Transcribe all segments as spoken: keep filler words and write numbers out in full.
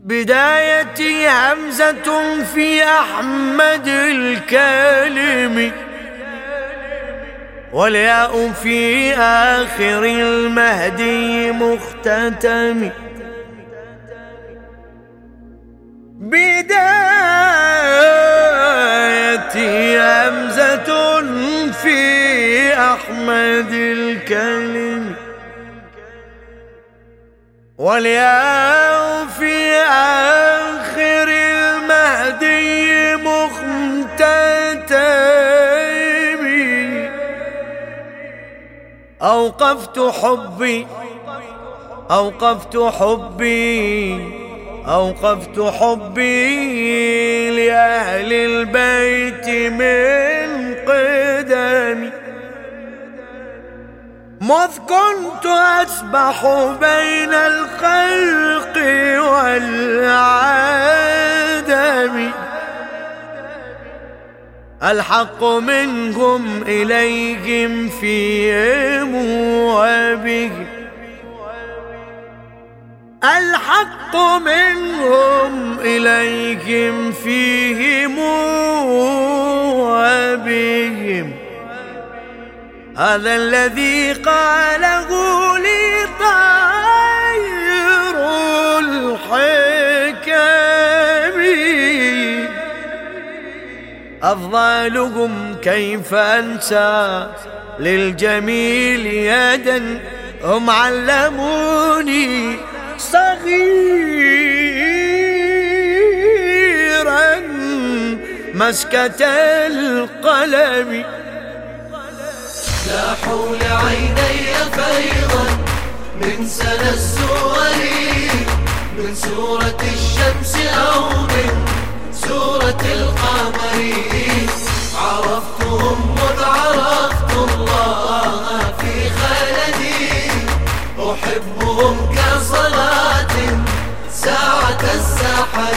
بدايتي همزة في أحمد الكالم، والياء في آخر المهدي مختتم. بدايتي همزة في أحمد الكالم، والياء في آخر المهدي مختتم. أوقفت حبي أوقفت حبي أوقفت حبي لأهل البيت من قدمي، مذ كنت أسبح بين الخلق والعدم. الحق منهم إليهم فيهم وبهم، الحق منهم إليهم فيهم وبهم. هذا الذي قاله لي طائر الحكم، أفضالهم كيف أنسى للجميل يدا، هم علموني صغيرا مسكة القلم. لاحوا لعيني فيضا من سنى السور، من سورة الشمس أو من سورة القمر. عرفتهم مذ عرفت الله في خلدي، أحبهم كصلاة ساعة السحر.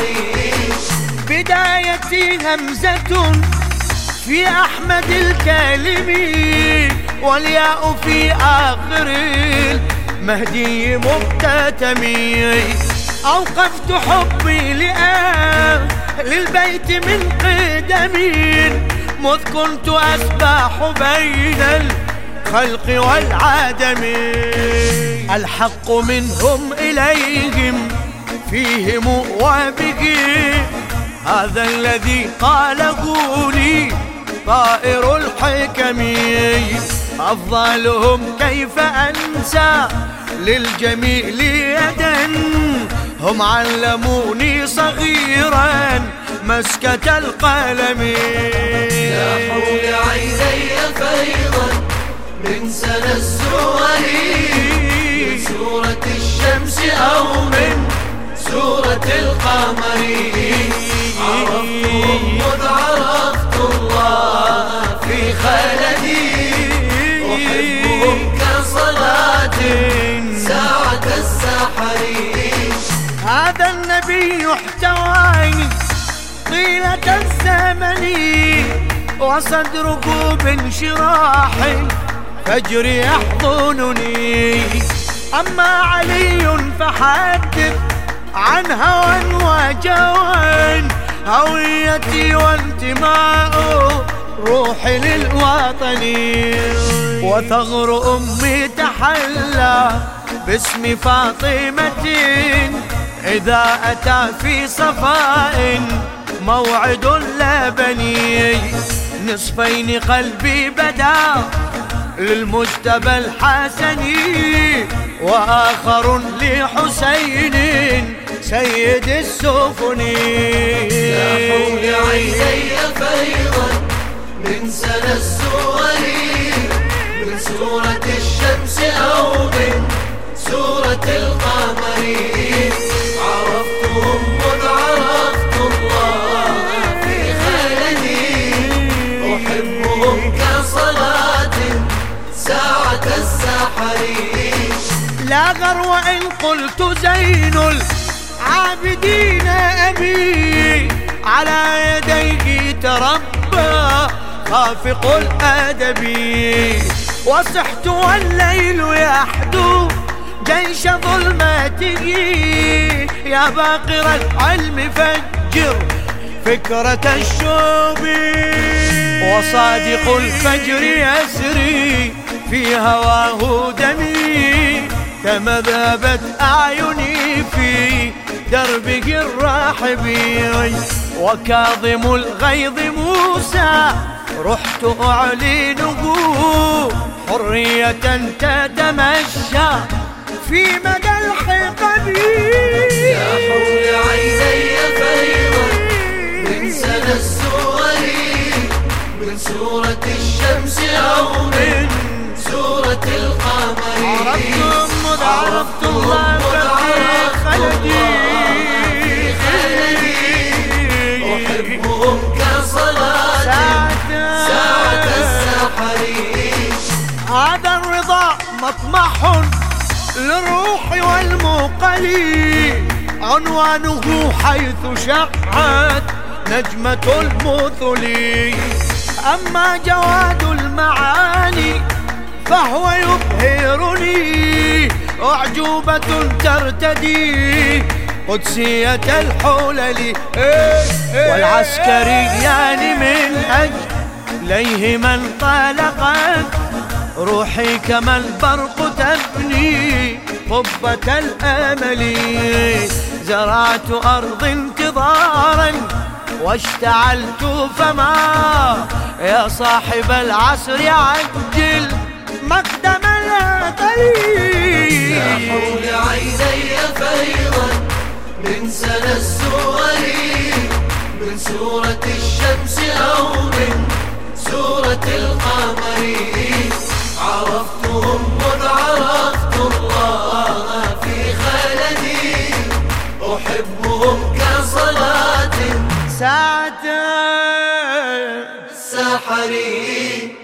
بدايتي همزة في أحمد الكالم، والياء في آخر المهدي مختتم. أوقفت حبي لأهل البيت من قدم، مذ كنت أسبح بين الخلق والعدم. الحق منهم إليهم فيهم وبهم، هذا الذي قاله لي طائر الحكم. أفضلهم كيف أنسى للجميل يدا، هم علموني صغيرا مسكة القلم. لاحوا لعيني فيضا من سنى السور، من سورة الشمس أو من سورة القمر. عرفتهم مذ عرفت الله في خلدي، أحبهم كصلاة ساعة السحر. هذا النبي احتواني طيلة الزمن، وصدره بانشراح الفجر يحضنني. أما علي فحدث عن هوى وجوى، هويتي وانتماء روحي للوطن. وثغر أمي تحلى باسم فاطمة، إذا أتى في صفاء موعد لبني. نصفين قلبي بدا للمجتبى الحسني، وآخر لحسين سيد السفن. لاحوا لعيني فيضا من سنى السور، من سورة الشمس أو من سورة القمر. عرفتهم مذ عرفت الله في خلدي، أحبهم كصلاة ساعة السحر. لا غر وإن قلت زين العابدين أبي، على يديه تربى خافق الأدب. وصحت والليل يحدو جيش ظلمته يا باقر العلم فجر فكرة الشوب، وصادق الفجر يسري في هواه دمي، تمذهبت أعيني في دربه الراحب، وكاظم الغيظ موسى رحت أعلنه حرية تتمشى في مدى الحقب. يا حول عيني فيضا من سنى السور، من سورة الشمس أو من سورة القمر، عرفتم مذ عرفت الله في خلدي، أحبهم كصلاة ساعة السحر. هذا الرضا مطمح للروح والمقل، عنوانه حيث شعت نجمة المثل، أما جواد المعاني فهو يبهرني، أعجوبة ترتدي قدسية الحلل، والعسكريان من أجليهما انطلقت روحي كما البرق تبني قبة الأمل، زرعت أرض انتظارا واشتعلت فما يا صاحب العصر عجل مقدم الأطلي. يا حول عيني فيضا من سنى السور، من سورة الشمس أو من سورة القمر، عرفتهم مذ عرفت الله في خلدي، أحبهم كصلاة ساعة السحر.